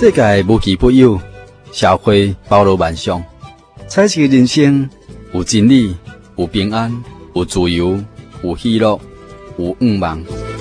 世界无奇不有，社会包罗万象。彩色人生有真理，有平安，有自由，有喜乐，有愿望。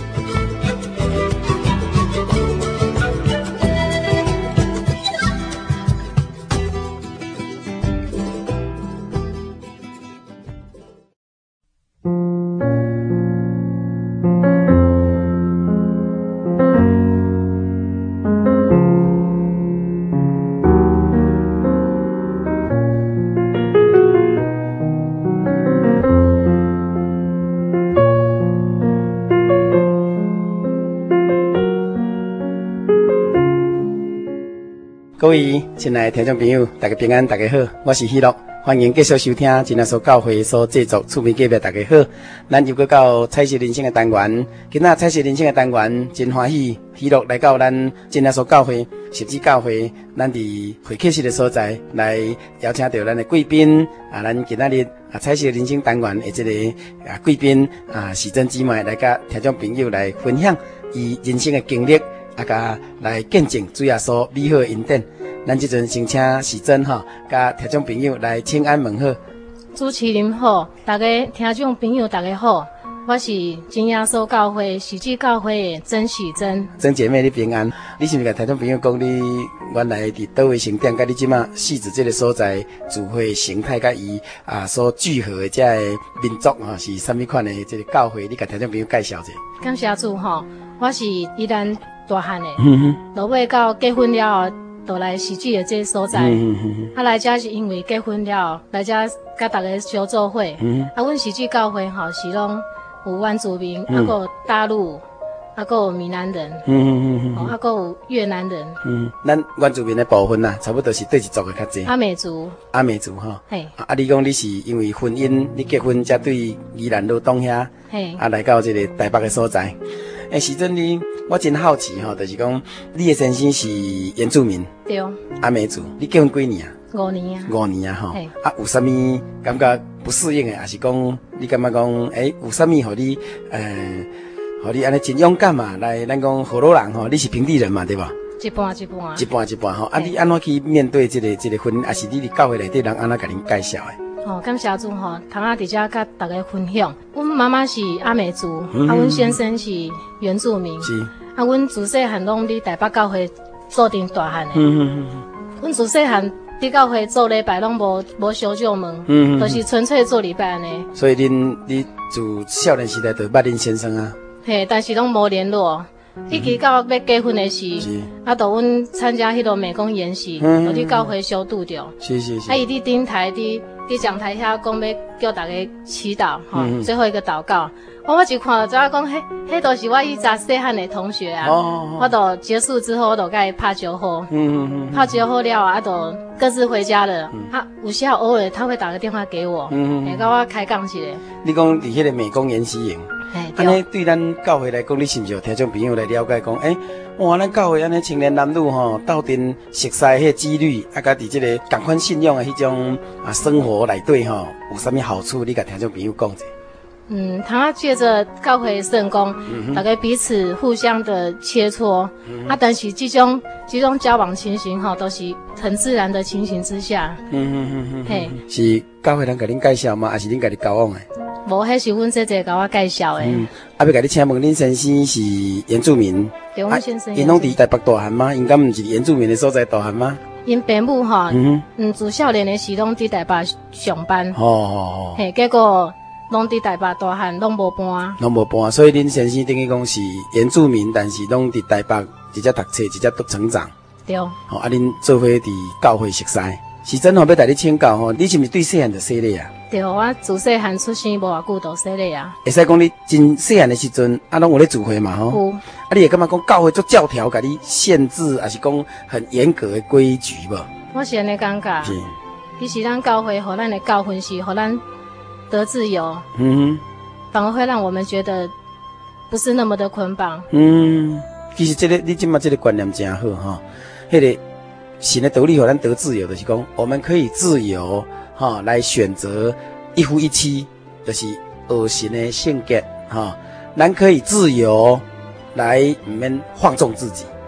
各位亲爱的听众朋友，大家平安，大家好，我是喜乐，欢迎继续收听真耶稣教会所制作厝边隔壁，大家好。咱又到彩色人生的单元，今仔彩色人生的单元真欢喜，喜乐来到咱真耶稣教会十字教会，咱伫会客室的所在来邀请到咱的贵宾咱今仔日彩色人生单元的这个贵宾时珍姊妹来甲听众朋友来分享伊人生的经历。甲来见证主耶稣美好的恩典，咱这阵先请时珍甲听众朋友来请安问好。 主持人好，大家听众朋友大家好，我是真耶稣教会喜剧教会的曾喜珍。 曾姐妹你平安，你是毋是甲听众朋友讲你原来伫倒位成店，甲你即马细致这个所在聚会形态，甲伊所聚合的这个民族是啥物款的这个教会，你甲听众朋友介绍者。 感谢主我是宜兰大汉的，落尾到结婚了后，就来喜剧的这个所在。来这是因为结婚了后，来这甲大家相做伙。阮喜剧教会是拢有原住民，还有大陆，还有闽南人，还有越南人。 咱原住民的部分差不多是对一族的较济。 阿美族。 阿美族嘿。你讲你是因为婚姻，你结婚才对宜兰路东遐，来到这个台北的所在。时阵我真好奇就是讲你的先生是原住民， 对， 阿美族，你结婚几年 ？5年啊。 5年有啥物感觉不适应的，还是讲你感觉讲有啥物互你互你安尼真勇敢嘛？来，咱讲河洛人你是平地人嘛，对吧？ 一半你安怎去面对这个婚姻，还是你教会内底人安怎甲恁介绍的？ 感谢主通伫遮甲大家分享。阮妈妈是阿美族，阮先生是原住民，是阮自细汉拢伫台北教会做阵大汉的。阮自细汉伫教会做礼拜拢无小酒问，都是纯粹做礼拜安尼。 所以你自少年时代就捌恁先生啊？ 嘿，但是拢无联络。一直到要结婚的时，就阮参加迄个美工演习，就伫教会小拄着。是。伊伫顶台伫讲台遐讲要叫大家祈祷，最后一个祷告。我一看就知影讲，迄都是我以前细汉的同学啊。我都结束之后，我都甲伊拍招呼。拍招呼了就各自回家了。有时候偶尔他会打个电话给我，甲我开讲一下。 你讲伫迄个美工演习营。安尼对咱教会来讲，你是毋是有听众朋友来了解讲？哇，咱教会安尼青年男女斗阵熟悉迄个纪律，甲伫这个共款信仰的迄种生活内底有啥物好处？你甲听众朋友讲者。 他借着教会圣工，大家彼此互相的切磋，但是这种交往情形都是很自然的情形之下。嘿， 是教会人甲恁介绍吗？还是恁家己交往的？ 无，迄是阮姐姐甲我介绍的。 要甲你请问，恁先生是原住民？ 对，阮先生。 因拢伫台北大汉吗？因敢毋是原住民的所在大汉吗？ 因父母自少年的时拢伫台北上班。嘿，结果拢伫台北大汉，拢无搬。 所以恁先生等于讲是原住民，但是拢伫台北直接读册，直接读成长。 对。 恁做伙伫教会熟悉。是真要带你请教你是毋是对细汉就洗礼啊？ 对，我自细汉出生无偌久就洗礼啊。 会使讲你真细汉的时阵拢有咧聚会嘛有。 你会感觉讲教会做教条，甲你限制，还是讲很严格的规矩无？ 我是安尼感觉。是。其实咱教会和咱的教训是和咱得自由。反而会让我们觉得不是那么的捆绑。 其实你今嘛这个观念真好迄个。神的道理让咱得自由，就是讲我们可以自由来选择一夫一妻，就是恶神的性格咱可以自由来唔免放纵自己，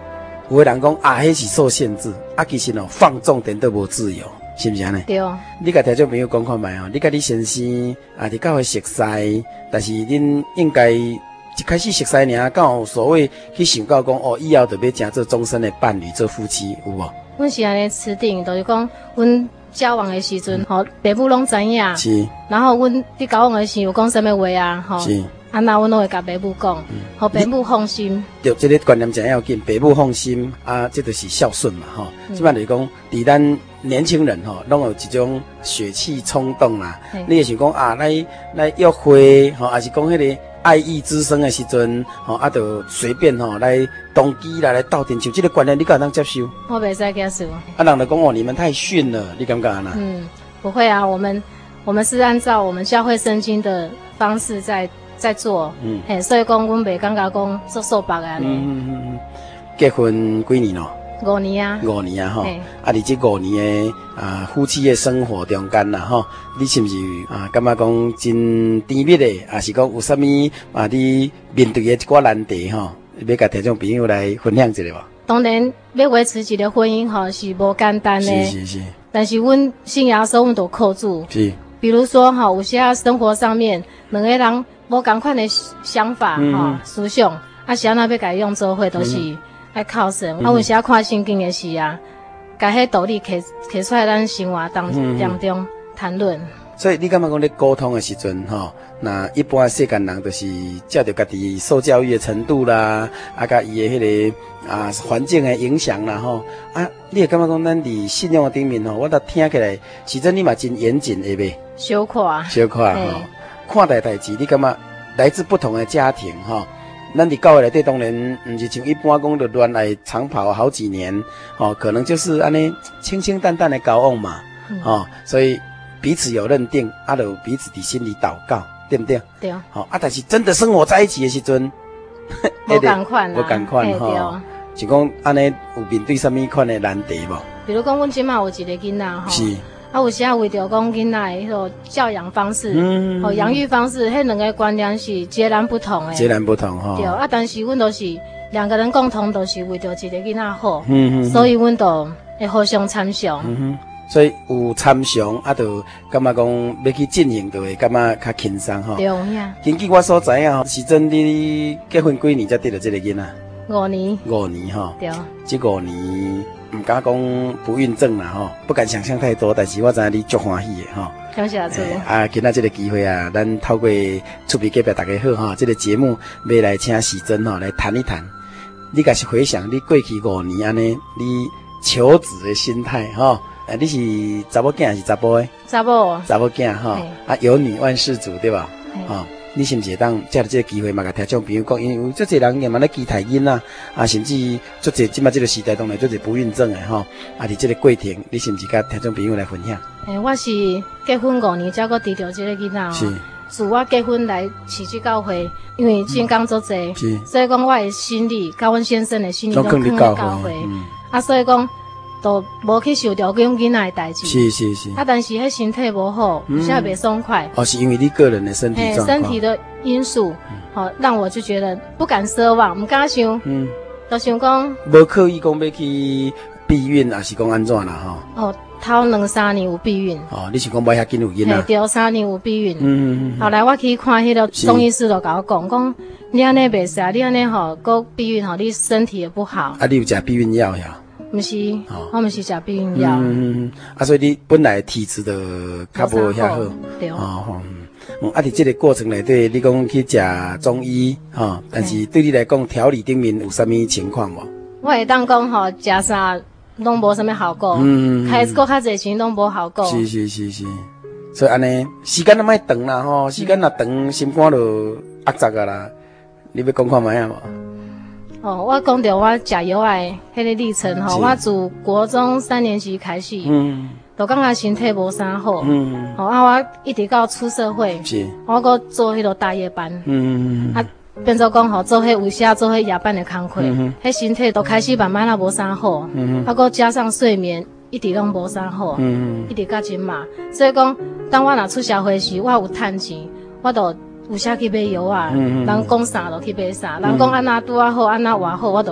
有的人讲啊，迄是受限制，啊，其实放纵点都无自由，是不是安尼？ 对。 你甲听众朋友讲看卖你甲你先生啊，伫教会熟悉，但是恁应该一开始熟悉尔，敢有所谓去想到讲以后就要成做终身的伴侣，做夫妻有无？ 阮是安尼持定，就是讲阮交往的时阵，爸母拢知影。 是。然后阮伫交往的时有讲什么话啊？是。那阮都会甲爸母讲，互爸母放心。 对，这个观念真要紧，爸母放心啊，这就是孝顺嘛，基本上就是讲，伫咱年轻人拢有一种血气冲动啦。你也想讲啊，来约会还是讲迄个爱意之深的时阵，就随便来动机来斗阵，像这个观念，你敢能接受？ 我袂使接受。 人就讲你们太逊了，你感觉呢？ 不会啊，我们是按照我们教会圣经的方式在做，所以讲阮袂感觉讲做受白啊。 结婚几年咯 ？5年啊。 5年啊，啊，伫这5年的夫妻的生活中间啦，你是不是感觉讲真甜蜜的，还是讲有啥物你面对的一寡难题要甲听众朋友来分享一下无？ 当然，要维持一个婚姻是无简单的。 是。 但是阮信仰时候，阮都靠住。 是。比如说有些生活上面两个人无同款的想法思想，是安那要甲伊用做伙，都是爱靠神。有时看圣经的时甲迄道理摕出来咱生活当中谈论。 所以你感觉讲咧沟通的时阵那一般世间人就是照着家己受教育的程度啦，甲伊的迄个环境的影响啦你会感觉讲咱伫信仰的顶面我都听起来，时阵你嘛真严谨的呗。 小看看待代志，你感觉来自不同的家庭咱伫教会内底当然不是像一般讲的恋爱长跑好几年可能就是安尼清清淡淡的交往嘛所以彼此有认定就彼此伫心里祷告，对不对？ 对。 但是真的生活在一起的时阵， 无同款啦， 无同款是讲安尼有面对什么款的难题无？ 比如讲，阮即马有一个囡仔是。 有时为着讲囡仔的迄个教养方式，养育方式，迄两个观念是截然不同的。 截然不同对，但是阮都是两个人共同都是为着一个囡仔好，所以阮都会互相参详。 所以有参详就感觉讲要去进行，就会感觉较轻松对根据我所知时阵你结婚几年才得到这个囡仔 ？5年。 5年对。 这5年。唔敢讲不孕症啦不敢想象太多，但是我知你足欢喜的感谢主。 今仔这个机会咱透过厝边隔壁大家好这个节目要来请时珍来谈一谈。你假是回想你过去5年安尼，你求子的心态你是查某囝还是查甫的？查某囝有女万事足对吧？你是不是当借着这个机会嘛，甲听众朋友讲，因为有足侪人也嘛咧期待囡仔甚至足侪即马这个时代当中足侪不孕症的伫这个过程，你是不是甲听众朋友来分享？ 我是结婚5年才阁得到这个囡仔是。 自我结婚来市区教会，因为真工作济，所以讲我的心理，甲阮先生的心理都放在教会所以讲。都无去受到养囡仔的代志， 是。 但是迄身体无好，现在袂爽快。 是因为你个人的身体状况， 身体的因素，让我就觉得不敢奢望，唔敢想，就想讲， 无刻意讲要去避孕，还是讲安怎啦？ 头2-3年有避孕。 你是讲买遐紧有囡仔？ 对，3年有避孕。后来我去看迄个中医师，就甲我讲，你安尼袂使，你安尼搁避孕你身体也不好。 你有食避孕药呀？ 不是，我们是食避孕药。 所以你本来体质就较无遐好。 对。 伫这个过程内底，你讲去食中医但是对你来讲调理顶面有啥物情况无？ 我会当讲食啥拢无啥物效果，开过较侪钱拢无效果。 是。所以安尼时间若莫长啦时间若长，心肝就压杂啊啦。你要讲看卖啊无？ 我讲到我食药的迄个历程我自国中3年级开始，就感觉身体无啥好，我一直到出社会，我搁做迄个大夜班，变做讲做迄有时做迄夜班的工课，迄身体都开始慢慢无啥好，搁加上睡眠一直拢无啥好，一直到今嘛，所以讲当我若出社会时，我有趁钱，我就。有啥去买药人讲啥就去买啥，人讲安那拄啊好，安那偌好，我就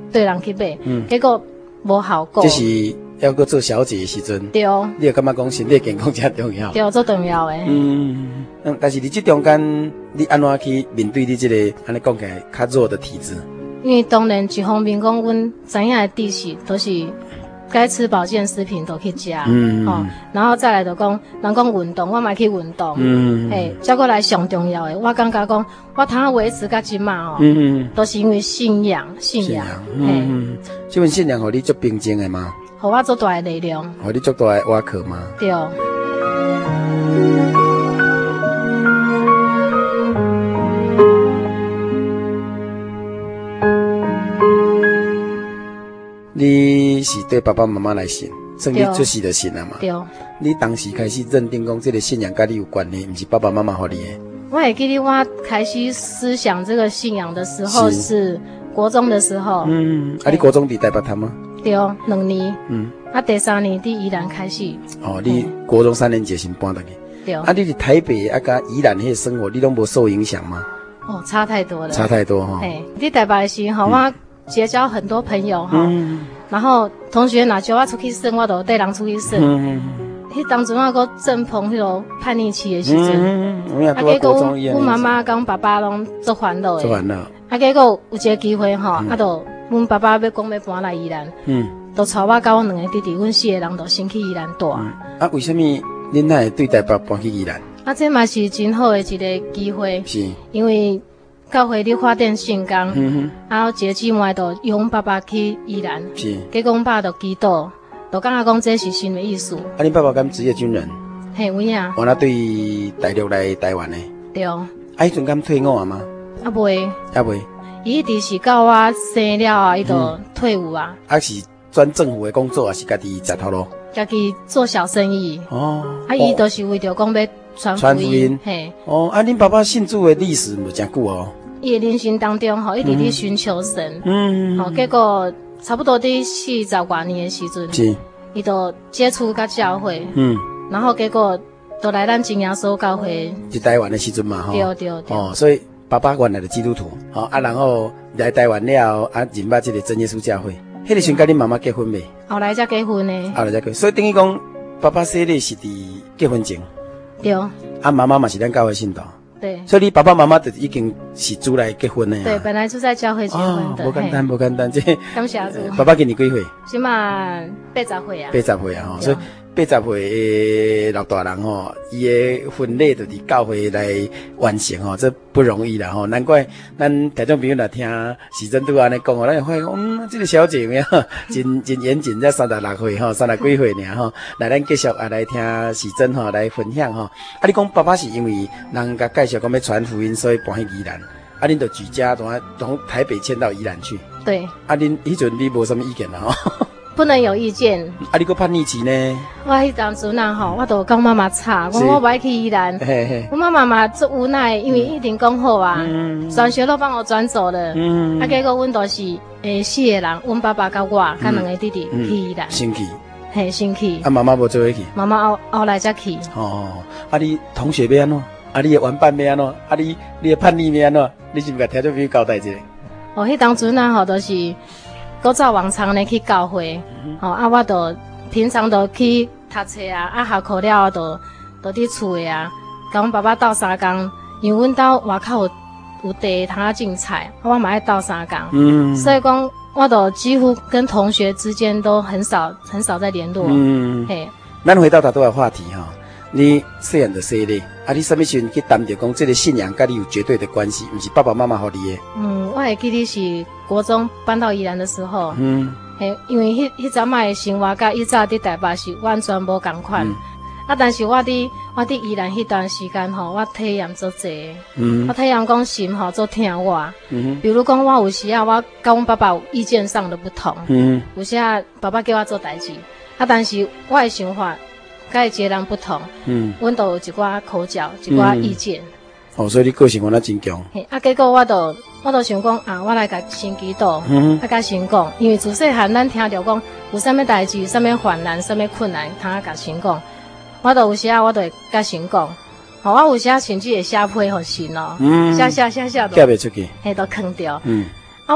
对人去买，结果无效果。 这是要搁做小姐的时阵， 对， 你就感觉讲身体健康才重要。 对，最重要的。 但是你这中间，你安怎去面对你这个安尼讲起来较弱的体质？ 因为当然一方面讲，阮知影的知识都是该吃保健食品都去食，然后再来就讲，人讲运动，我嘛去运动，再过来上重要的，我感觉讲，我通啊维持到即嘛都是因为信仰， 这份信仰，互你足平静的吗？ 互我足大的力量， 互你足大的瓦壳吗？ 对。 你是对爸爸妈妈来信，算你出世就信了嘛？ 对。 你当时开始认定讲这个信仰跟你有关系，不是爸爸妈妈给你的。 我会记得我开始思想这个信仰的时候是国中的时候。 你国中在台北读吗？ 对，2年。第3年在宜兰开始。 你国中3年级先搬回去。 对。 你在台北跟宜兰那些生活，你都没受影响吗？ 差太多了。 差太多哈。 在台北的时候，我结交很多朋友然后同学若叫我出去耍，我就带人出去耍。迄当阵我搁正碰迄个叛逆期的时阵，结果阮妈妈跟阮爸爸拢做烦恼的。结果有一个机会就阮爸爸要讲要搬来宜兰，就带我跟阮2个弟弟，阮4个人就先去宜兰住。 为什么恁哪会对台北搬去宜兰？ 这嘛是真好的一个机会，是因为教会咧发展圣工，然后一个姊妹就邀阮爸爸去宜兰，结果阮爸就祈祷，就感觉讲这是神的意思。 恁爸爸敢职业军人？ 嘿，有影。 完了对大陆来台湾的。对。迄阵敢退伍啊吗？ 未。伊一直是到我生了伊就退伍啊。 是转政府的工作，还是家己食头路？ 家己做小生意。伊都是为着讲要传福音。嘿。 恁爸爸信主的历史无真久哦。 伊的人生当中一直在寻求神。结果差不多在40多年的时阵，伊就接触甲教会。然后结果就来咱真耶稣教会。 在台湾的时阵嘛， 对。 所以爸爸原来的基督徒，然后来台湾了，认捌这个真耶稣教会。迄个时跟恁妈妈结婚未？ 后来才结婚呢。 后来才结婚，所以等于讲，爸爸生日是伫结婚前。 对。 妈妈嘛是咱教会信徒。 对。 所以你爸爸妈妈就已经是主来结婚的。 对，本来就在教会结婚的。 不简单，不简单，这。 感谢主。 爸爸今年几岁？ 起码80岁啊。 80岁啊，所以。80岁的老大人伊的婚礼就伫教会来完成这不容易啦难怪咱听众朋友来听时阵都安尼讲咱会发现这个小姐妹真严谨，才36岁30几岁尔来咱继续来听时阵来分享你讲爸爸是因为人甲介绍讲要传福音，所以搬去宜兰恁就举家从台北迁到宜兰去。 对。 恁迄阵你无什么意见啦不能有意见。 你个叛逆期呢？ 我迄当阵我就跟妈妈吵，我不爱去宜兰。我妈妈嘛做无奈，因为一定讲好啊，转学都帮我转走了。结果阮都是4个人，阮爸爸甲我，甲2个弟弟去宜兰。先去。嘿，先去。 妈妈无做伙去。 妈妈后来才去。 你同学要安怎？你的玩伴要安怎？你的叛逆要安怎？你是不是甲听众朋友交代一下？ 迄当阵都是。搁照往常呢去教会，我就平常就去读册啊，下课了就伫厝的啊，甲阮爸爸斗相共，因为阮兜外口有地通啊种菜，我嘛爱斗相共，所以讲我就几乎跟同学之间都很少在联络。嘿， 咱回到大多的话题你细汉就说咧，你什么时阵去谈着讲这个信仰跟你有绝对的关系，不是爸爸妈妈给你的？ 我会记得是国中搬到宜兰的时候，因为迄阵仔的生活甲以早伫台北是完全无共款。但是我伫宜兰迄段时间我体验足济，我体验讲神做听我，比如讲我有时我跟阮爸爸有意见上的不同，有时爸爸叫我做代志，但是我的想法。跟截然不同，阮都有一寡口角，一寡意见。 所以你个性原来真强。 结果我都想讲我来甲神祈祷，甲神讲，因为自细汉咱听着讲有啥物代志、啥物患难、啥物困难，通甲神讲。我都有时我都会甲神讲，我有时甚至会写批互神写， 寄袂出去， 都藏掉。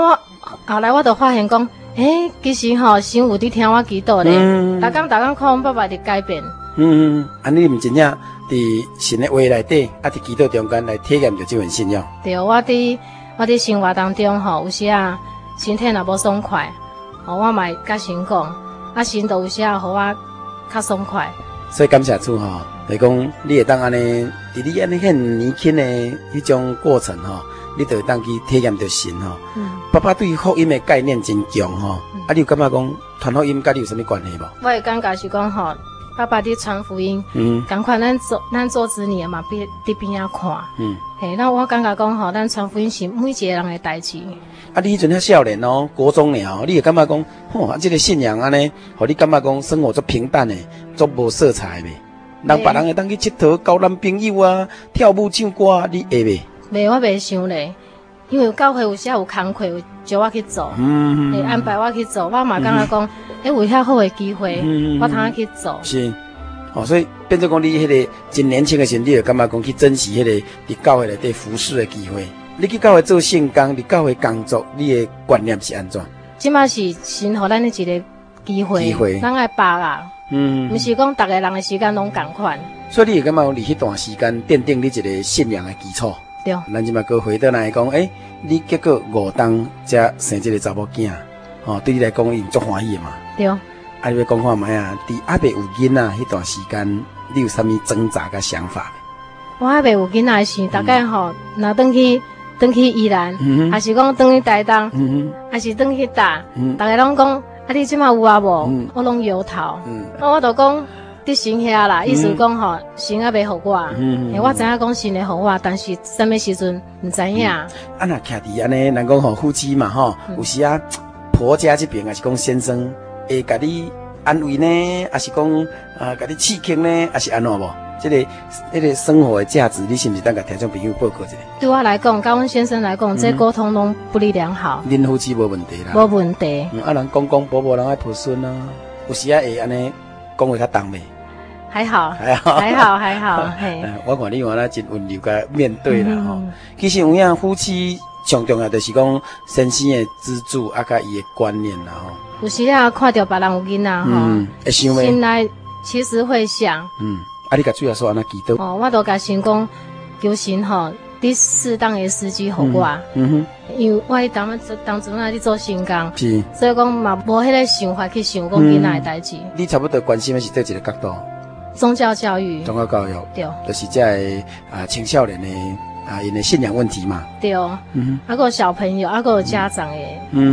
后来我就发现讲，其实吼神有伫听我祈祷咧，逐工看阮爸爸伫改变。 安尼毋真正伫神的话内底，伫祈祷中间来体验着这份信仰。 对，我伫生活当中吼，有时啊身体若无爽快，我嘛会甲神讲，神就有时啊，互我较爽快。 所以感谢主吼，就是讲你会当安尼，伫你安尼很年轻的迄种过程吼，你就会当去体验着神吼。爸爸对福音的概念真强吼，你有感觉讲传福音甲你有啥物关系无？ 我会感觉是讲吼，爸爸伫传福音，赶快咱做子女的嘛，伫边仔看，那我感觉讲吼，咱传福音是每一个人的代志。 你迄阵遐少年哦，国中尔哦，你会感觉讲，这个信仰安尼，互你感觉讲生活足平淡的，足无色彩的。人别人会当去佚佗，交男朋友啊，跳舞唱歌，你会袂？ 袂，我袂想咧，因为教会有时有工课，有叫我去做，会安排我去做，我嘛感觉讲，有遐好的机会，我通去做。 是，所以变做讲你迄个真年轻的时候，你就感觉讲去珍惜迄个伫教会内底服侍的机会。你去教会做圣工，伫教会工作，你的观念是安怎？ 即马是神互咱的一个机会，咱爱把握。毋是讲逐个人的时间拢共款。 所以你会感觉讲，伫迄段时间奠定你一个信仰的基础。 对。 咱即马搁回倒来讲，你结果5冬才生一个查某囝，对你来讲已经足欢喜的嘛。 对。 你要讲看卖啊，伫还袂有囡仔迄段时间，你有啥物挣扎甲想法？ 我还袂有囡仔时，大概若转去宜兰，还是讲转去台东，还是转去大，大家拢讲，你即马有啊无？我拢摇头。我就讲伫神遐啦，意思讲吼，神还袂互我。我知影讲神会互我，但是什么时阵毋知影。 若徛伫安尼，人讲吼夫妻嘛吼，有时啊婆家这边还是讲先生会甲你安慰呢，还是讲甲你刺激呢，还是安怎无？这个生活的价值，你是不是当甲听众朋友报告一下？ 对我来讲，甲阮先生来讲，这沟通拢不利良好。 恁夫妻无问题啦。 无问题。 人公公婆婆人爱抱孙啊，有时会安尼讲话较重袂？ 还好。嘿。 我看你原来真温柔甲面对啦吼。其实有影夫妻上重要就是讲先生的资助啊，甲伊的观念啦吼。 有时啊，看到别人有囡仔吼， 会想袂？ 心内其实会想。 你甲主要说安那祈祷？ 我都甲神讲，求神吼，伫适当的时机互我。因为我当阵啊，伫做圣工， 是， 所以讲嘛无迄个想法去想讲囡仔的代志。 你差不多关心的是对一个角度？ 宗教教育。 宗教教育。对。就是这青少年的因的信仰问题嘛。对。 个小朋友，个家长的。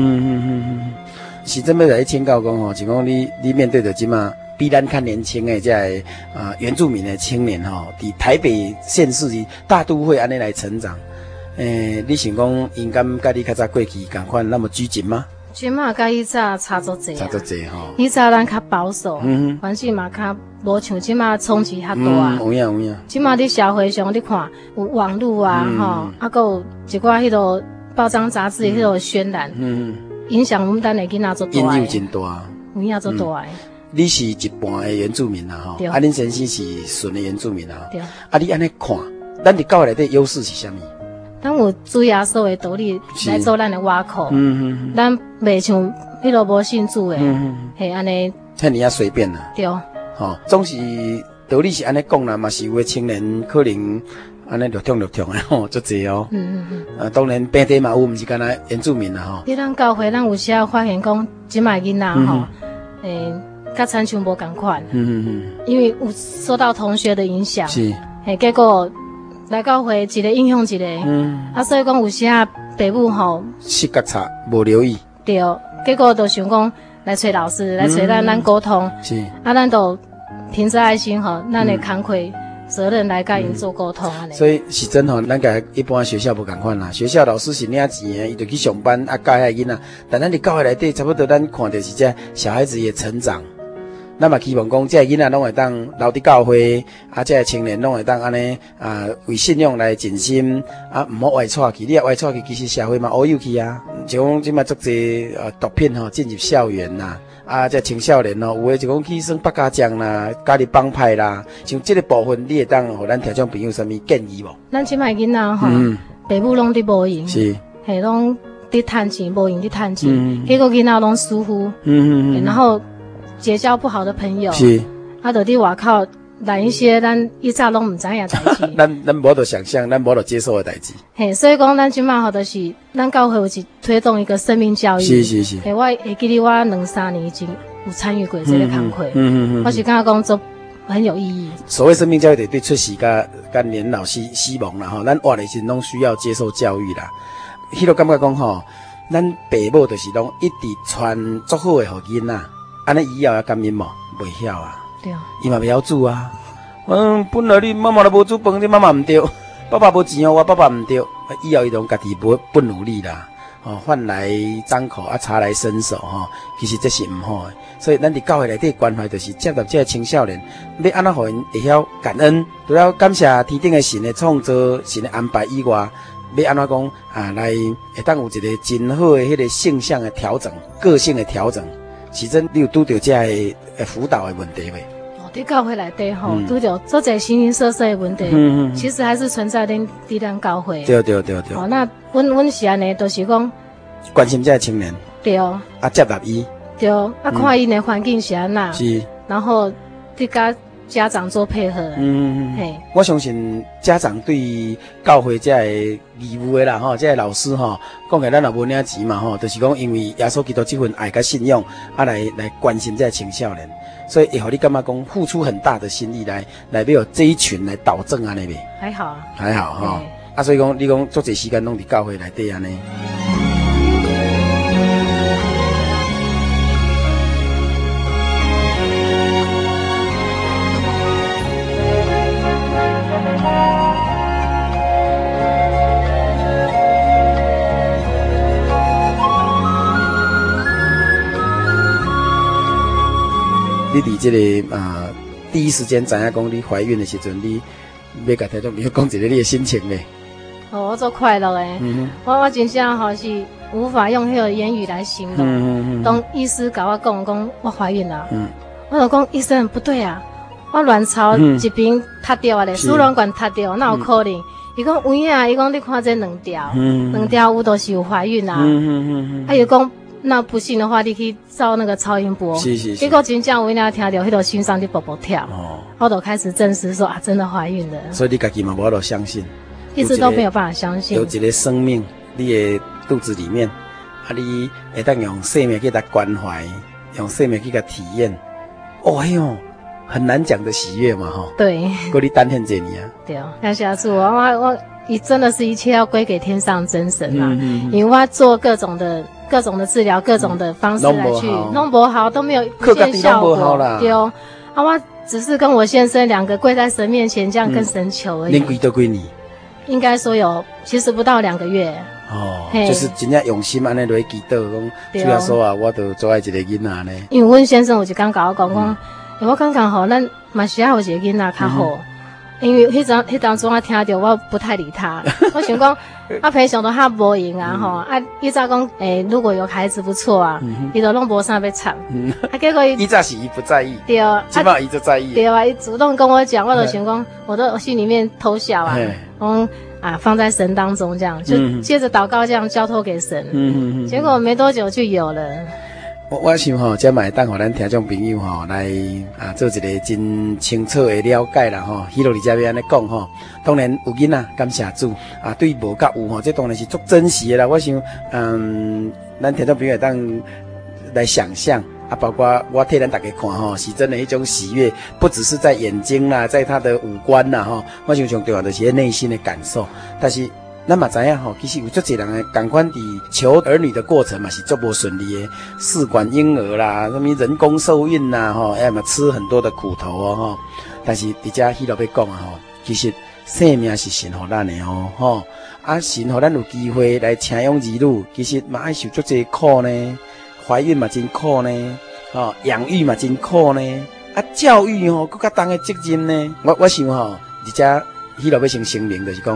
是真要来请教讲吼，就讲你面对着即马。比咱较年轻的这原住民的青年吼，伫台北县市大都会安尼来成长，你想讲应该甲你较早过去共款那么拘谨吗？ 即马甲以早差足济。 差足济吼。 以早咱较保守，环境嘛较无像即马冲击较大。 有影。 即马伫社会上你看有网络啊，还有一寡迄个报章杂志迄个渲染，影响我们咱的囡仔足大。 影响真大。 有影足大。 你是一半的原住民啦吼，恁先生是纯的原住民啦。对。你安尼看，咱伫教会内底优势是啥物？ 咱有主耶稣的道理来做咱的瓦口。咱袂像迄个无信主的，嘿安尼。 遐尔啊随便啦。对。总是道理是安尼讲啦，嘛是有的青年可能安尼略痛的吼，足济哦。当然本地嘛有，毋是干那原住民啦吼。 伫咱教会，咱有时发现讲，即卖囡仔吼，甲亲像无共款，因为有受到同学的影响，是，结果来教会一个影响一个，所以讲有时爸母吼， 识觉差，无留意， 对，结果就想讲来找老师，来找咱沟通，是，咱就凭着爱心吼，咱的工课责任来甲因做沟通安尼。 所以是真吼，咱甲一般学校无共款啦，学校老师是领钱的，伊就去上班教遐囡仔，但咱伫教会内底差不多，咱看到是这小孩子的成长。那么希望讲，这囡仔拢会当留伫教会，这青年拢会当安尼为信仰来尽心，唔好歪错去。你若歪错去，其实社会嘛乌有去啊。就讲即马足济毒品吼进入校园啦，这青少年吼，有诶就讲去耍八家将啦，加入帮派啦，像这个部分，你会当互咱听众朋友啥物建议无？ 咱即卖囡仔吼，爸母拢伫无闲，是，拢伫趁钱，无用伫趁钱，结果囡仔拢疏忽，然后结交不好的朋友，是，就伫外口来一些咱以前拢唔知影代志， 咱无得想象，咱无得接受的代志。 嘿，所以讲咱即马就是咱教会有一推动一个生命教育， 是。 嘿，我会记得我2-3年已经有参与过这个工作，我是感觉讲做很有意义。 所谓生命教育，对出世甲年老希望啦吼，咱活的时拢需要接受教育啦。迄个感觉讲吼，咱爸母就是拢一直传足好的互囡仔，安尼以后要感恩无？袂晓啊。 对啊。 伊嘛袂晓煮啊。本来你妈妈都无煮饭，你妈妈唔对，爸爸无钱哦，我爸爸唔对，以后伊拢家己不努力啦。饭来张口啊，茶来伸手其实这是唔好的。所以咱伫教会内底关怀，就是接纳这个青少年，要安怎互因会晓感恩，除了感谢天顶的神的创造、神的安排以外，要安怎讲来会当有一个真好的迄个性向的调整、个性的调整。是真你有拄到这个辅导的问题未？ 伫教会内底拄到做者形形色色的问题，其实还是存在伫咱教会。 对。 那阮是安尼，就是讲关心这个青年。 对。 接纳伊。 对。看因的环境是安那。是。然后伫甲家长做配合。嘿。 我相信家长对教会这个义务的啦这个老师讲起咱也无领钱嘛就是讲因为耶稣基督这份爱甲信仰来关心这个青少年。所以以后你干嘛讲付出很大的心力来要有这一群来导正安尼未？ 还好所以讲你讲做这时间拢伫教会内底安尼。你伫这个第一时间知影讲你怀孕的时阵，你要甲听众朋友讲一个你的心情咧？ 我做快乐诶，我真正是无法用迄个言语来形容。当医师甲我讲我怀孕了，我就讲医生不对啊，我卵巢一边塌掉啊咧，输卵管塌掉，那有可能？伊讲有影，伊讲你看这2条有都是有怀孕啊。伊讲。那不信的话，你可以照那个超音波。是。结果真正我听到迄个心脏就蹦蹦跳，我就开始证实说真的怀孕了。 所以你自己嘛无得相信， 一直都没有办法相信。 有一个生命，你的肚子里面，你会当用生命去来关怀，用生命去来体验。很难讲的喜悦嘛对。 过你等很多年啊。对哦，感谢主，我真的是一切要归给天上真神啊！因为我做各种的治疗，各种的方式来去弄不好都没有出现效果。对哦，我只是跟我先生2个跪在神面前，这样跟神求而已。 恁几多几年？ 应该说其实不到2个月。 就是真正用心安尼来祈祷，讲主要说啊，我都做爱一个囡仔呢。 因为阮先生有一天甲我讲，我感觉咱嘛是要有一个囡仔较好。因为迄当中我听到我不太理他，我想讲平常都较无用啊伊早讲如果有孩子不错啊，伊都拢无啥要插，结果伊早是伊不在意， 对， 起码伊就在意， 对啊，伊主动跟我讲，我就想讲，我心里面偷笑啊，放在神当中这样，就接着祷告这样交托给神，结果没多久就有了。 我想这嘛会当互咱听众朋友来做一个真清楚的了解啦希罗里这边安尼讲当然有囡仔感谢主对无甲有这当然是足珍惜的啦。我想咱听众朋友会当来想象包括我替咱大家看是真的一种喜悦，不只是在眼睛啦，在他的五官啦我想重要的是内心的感受，但是。咱嘛知影其实有足侪人诶，同款伫求儿女的过程嘛是足无顺利诶，试管婴儿啦，什么人工受孕啦，嘛吃很多的苦头但是伫遮希罗要讲其实生命是神互咱诶神互咱有机会来请养儿女，其实嘛爱受足侪苦呢，怀孕嘛真苦呢，养育嘛真苦呢，教育更较重诶责任呢。我想伫遮希罗要先声明，就是讲。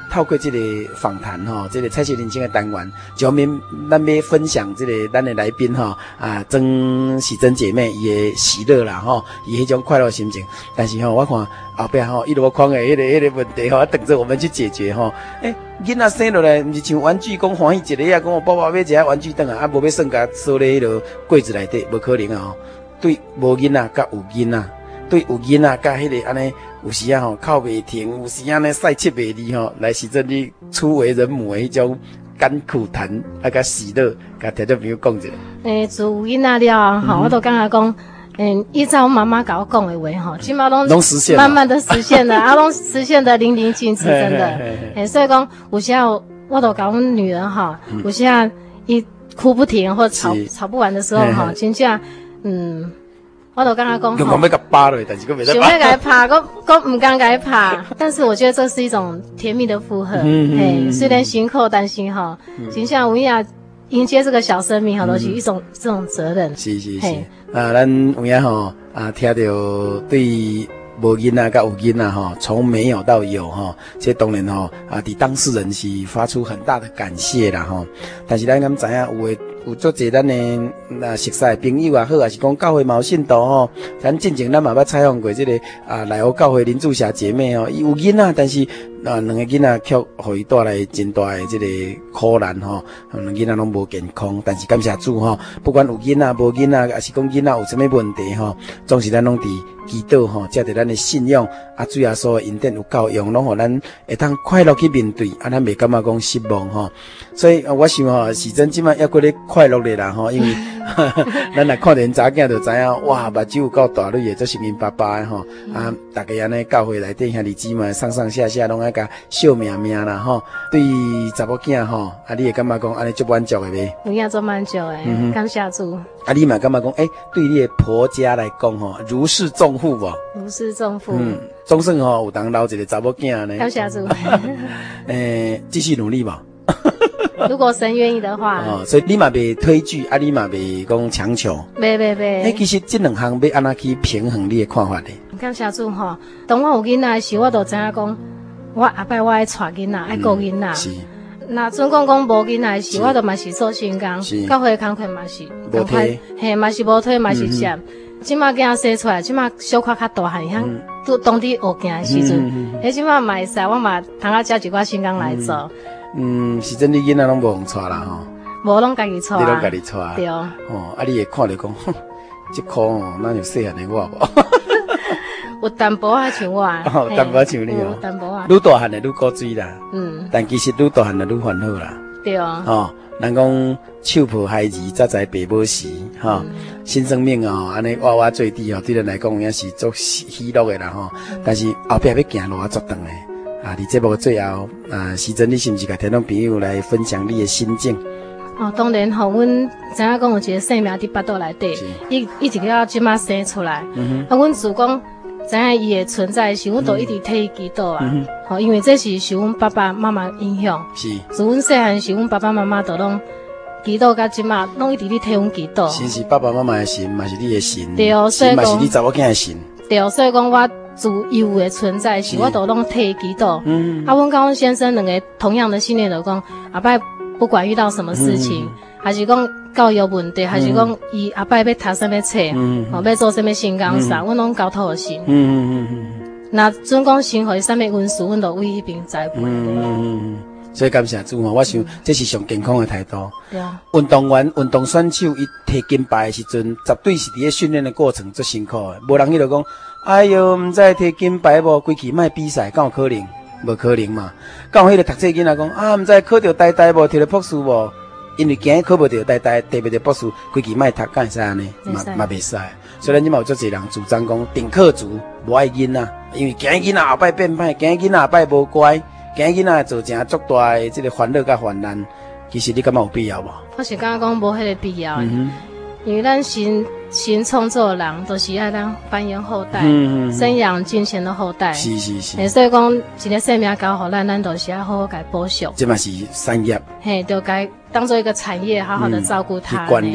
透过这个访谈哈，这个彩色人生的单元，上面咱要分享这个咱的来宾哈曾喜珍姐妹伊的喜乐啦哈，伊迄种快乐心情。但是我看后壁一路框的迄个问题等着我们去解决囡仔生落来，毋是像玩具讲欢喜一个讲我爸爸买一个玩具转无要算甲锁咧迄落柜子内底，无可能啊！对无囡仔甲有囡仔，对有囡仔甲迄个安尼，有时哭袂停，有时安尼赛切袂离来是真你初为人母的迄种甘苦谈甲喜乐，甲听众朋友讲一下。 自有囡仔了我都感觉讲。依照我妈妈甲我讲的话起码拢实现， 慢慢的实现了，拢实现的淋漓尽致，真的。所以讲有时候我都甲我女儿有时候伊哭不停或吵不完的时候真正我都感觉讲要甲扒落，但是想要甲伊拍，我唔敢甲伊拍。但是我觉得这是一种甜蜜的负荷，虽然辛苦，但是真正有影迎接这个小生命都是一种这种责任。 是。咱有影听到对无囡仔甲有囡仔从没有到有这当然对当事人是发出很大的感谢啦但是咱敢知影有足侪咱的熟识的朋友也好，也是讲教会嘛有信徒咱进前咱嘛捌采访过这个来欧教会林柱霞姐妹伊有囡仔，但是两个囡仔却互伊带来真大的这个苦难两个囡仔拢无健康，但是感谢主不管有囡仔无囡仔，也是讲囡仔有啥物问题总是咱拢伫祈祷借着咱的信仰主耶稣的恩典有够用，拢互咱会当快乐去面对咱袂感觉讲失望所以我想时阵即摆还搁咧快乐咧啦因为咱若看见查囝就知影哇目睭有够大蕊的，这是因爸爸的大家安尼教会内底兄弟姊妹上上下下拢爱甲笑命命啦对查某囝你会感觉讲安尼足满足的袂？ 有影足满足的，感谢主。 你嘛感觉讲对你的婆家来讲如释重负无？ 如释重负。 总算有当留一个查某囝呢。 感谢主。 继续努力吧。 如果神愿意的话所以你嘛袂推拒你嘛袂讲强求。 袂。 其实这两项要安怎去平衡你的看法呢？ 感谢主当我有囡仔时，我就知影讲，我后摆我爱带囡仔，爱顾囡仔。是。那准讲无囡仔时，我就嘛是做新工，教会工课嘛是无推， 嘛是无推，嘛是接。即马囝生出来，即马小可较大汉，都当伫学行的时阵，即马嘛会使，我嘛通啊接一寡新工来做。 是真你囡仔拢无用带啦无拢家己带。 你拢家己带。 对。 你会看着讲，这箍哪有细汉的我无？ 有淡薄仔像我。 淡薄像你有淡薄仔。 愈大汉的愈古锥啦。但其实愈大汉的愈烦恼啦。 对。 人讲手抱孩儿，才知爸母时新生命安尼娃娃坠地对咱来讲也是足喜乐的啦但是后壁要行路足长的伫节目最后时珍你是不是甲听众朋友来分享你的心境？ 当然阮知影讲有一个生命伫腹肚内底，一直到即马生出来阮自讲知影伊的存在时，阮都一直替伊祈祷因为这是受阮爸爸妈妈影响。是。自阮细汉时，阮爸爸妈妈都拢祈祷，到即马拢一直咧替阮祈祷。 是爸爸妈妈的神，嘛是你的神。 对所以讲嘛是你查某囝的神。 对，所以讲我自幼的存在时，我都拢替伊祈祷。阮甲阮先生两个同样的信念，就讲后摆不管遇到什么事情，还是讲教育问题，还是讲伊后摆要读什么册，要做什么新工啥，阮拢交托神。那准讲生活啥物运势，阮都为迄边栽培。 所以感谢主我想这是上健康的态度。 对。 运动员、运动选手伊摕金牌的时阵，绝对是伫咧训练的过程最辛苦的。无人迄落讲，哎哟，毋知摕金牌无，规期卖比赛，敢有可能？无可能嘛。敢有迄个读册囡仔讲，毋知考到呆呆无，摕到博士无？因为今日考无到呆呆，摕袂到博士，规期卖读，敢会使安尼？嘛袂使。所以咱即嘛有足侪人主张讲，顶课族无爱囡仔，因为今日囡仔后摆变歹，今日囡仔后摆无乖。今日囡仔做成足大的这个烦恼甲烦难，其实你感觉有必要无？ 我是感觉讲无迄个必要，因为咱新创作的人都是爱咱繁衍后代，生养金钱的后代。是。所以讲一个生命交互咱都是要好好甲保守。 这嘛是产业。 就该当做一个产业，好好的照顾它。 去管理。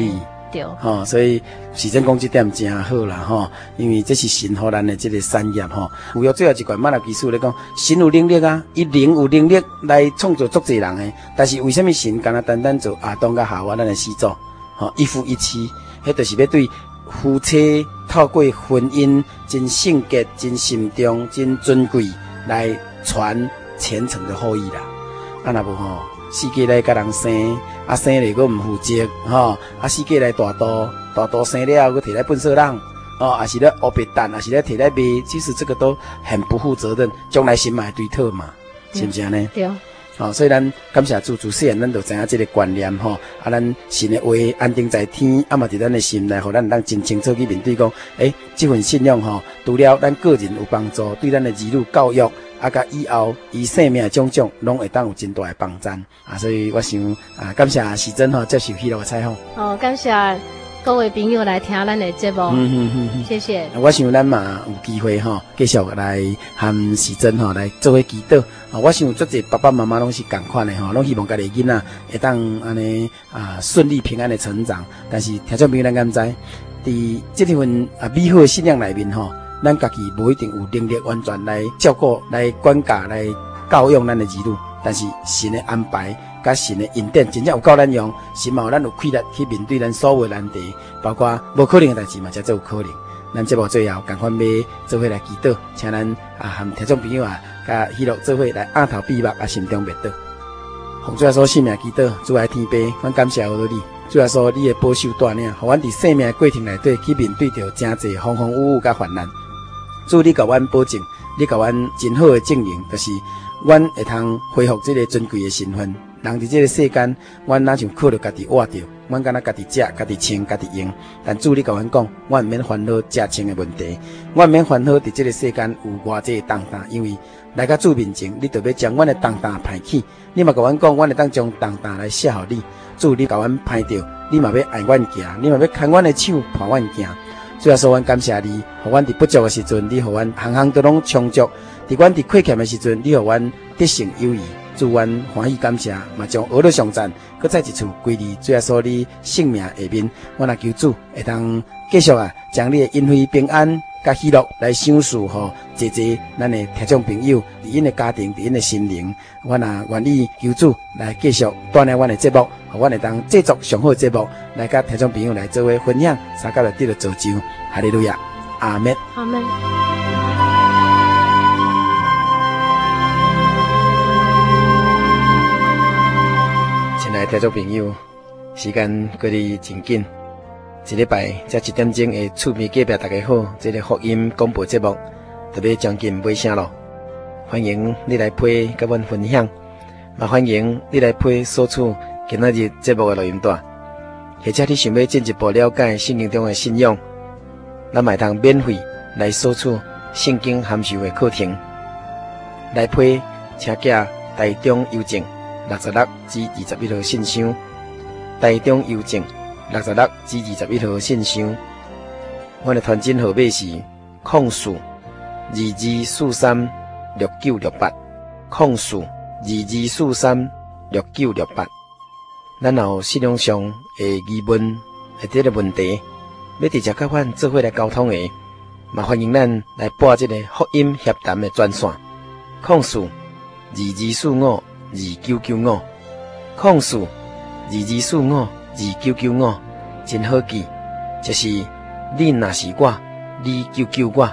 对。 所以时针讲这点真好啦，因为这是神予咱的这个产业有约最后一段马拉基书咧讲，神有能力啊，伊有能力来创造足侪人的，但是为什么神干那单单做亚当甲夏娃咱的始祖，一夫一妻，迄就是要对夫妻透过婚姻真圣洁、真慎重、真尊贵来传虔诚的后裔啦。若无世界来甲人生，生了佫唔负责，世界来大度生了佫摕来粪扫人，也是咧乌白蛋，也是咧摕来卖，其实这个都很不负责任，将来神嘛会对讨嘛，是不是安尼？ 对。 所以咱感谢主，自细汉咱就知影这个观念咱神的话安定在天，嘛伫咱的心内，互咱当真清楚去面对讲，这份信仰除了咱个人有帮助，对咱的儿女教育。甲以后伊生命种种拢会当有真大的帮助所以我想感谢时珍接受迄落的采访。 感谢各位朋友来听咱的节目，谢谢。 我想咱嘛有机会继续来和时珍来做伙祈祷。我想足侪爸爸妈妈拢是共款的拢希望家己囡仔会当安尼顺利平安的成长。但是听众朋友咱敢知，伫这份美好的信仰内面咱家己无一定有能力完全来照顾、来管教、来教养咱的儿女，但是神的安排、甲神的恩典，真正有够咱用，神嘛有咱有气力去面对咱所有的难题，包括无可能的代志嘛，才做有可能。咱节目最后赶快要做伙来祈祷，请咱和听众朋友甲喜乐做伙来压头闭目心中默祷。奉主耶稣圣名祈祷，主爱天父，阮感谢你。主耶稣，你的保守带领，互阮伫生命的过程内底去面对着真侪风风雨雨甲患难。主，你甲阮保证，你甲阮真好的证明，就是阮会通恢复这个尊贵的身份。人伫这个世间，阮哪像靠着家己活着，阮敢若家己食、家己穿、家己用。但主，你甲阮讲，阮毋免烦恼食穿的问题，阮毋免烦恼伫这个世间有偌济重担，因为来到主面前，你就要将阮的重担排起。你嘛甲阮讲，阮会当将重担来卸互你。主，你甲阮排着，你嘛要爱阮行，你嘛要牵阮的手伴阮行。主要说，阮感谢你，互阮伫不足的时阵，你互阮行行都拢充足；伫阮伫亏欠的时阵，你互阮得胜有余。主，阮欢喜感谢，嘛将俄罗上赞，搁再一次归你。主要说，你性命下面，阮也求主会当继续将你的恩惠平安甲喜乐来享受坐咱的听众朋友伫因的家庭，伫因的心灵，阮也愿意求主来继续带领阮的节目，互阮会当制作上好的节目，来甲听众朋友来做伙分享，三甲来得到造就。哈利路亚，阿们。 阿们。 亲爱的听众朋友，时间过得真紧。一礼拜才1点钟的厝边隔壁大家好，这个福音广播节目特别将近尾声咯。欢迎你来配甲阮分享，也欢迎你来配索取今仔日节目的录音带，或者你想要进一步了解圣经中的信仰，咱嘛会通免费来索取圣经函授的课程。来配请寄台中邮政66至21号信箱，台中邮政66至21号信箱。阮的传真号码是0422436968，0422436968。咱有信仰上的疑问或者个问题，要直接甲阮做伙来沟通的，嘛欢迎咱来拨这个福音协谈的专线，0422452995，0422452995，真好记，就是你若是我，你救我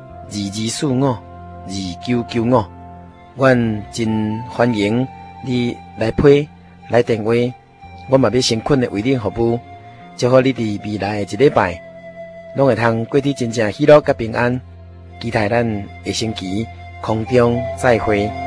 ，22452995，阮真欢迎你来批来电话，我嘛要诚恳的为你服务，祝福你伫未来的一礼拜，拢会通过得真正喜乐甲平安，期待咱下星期空中再会。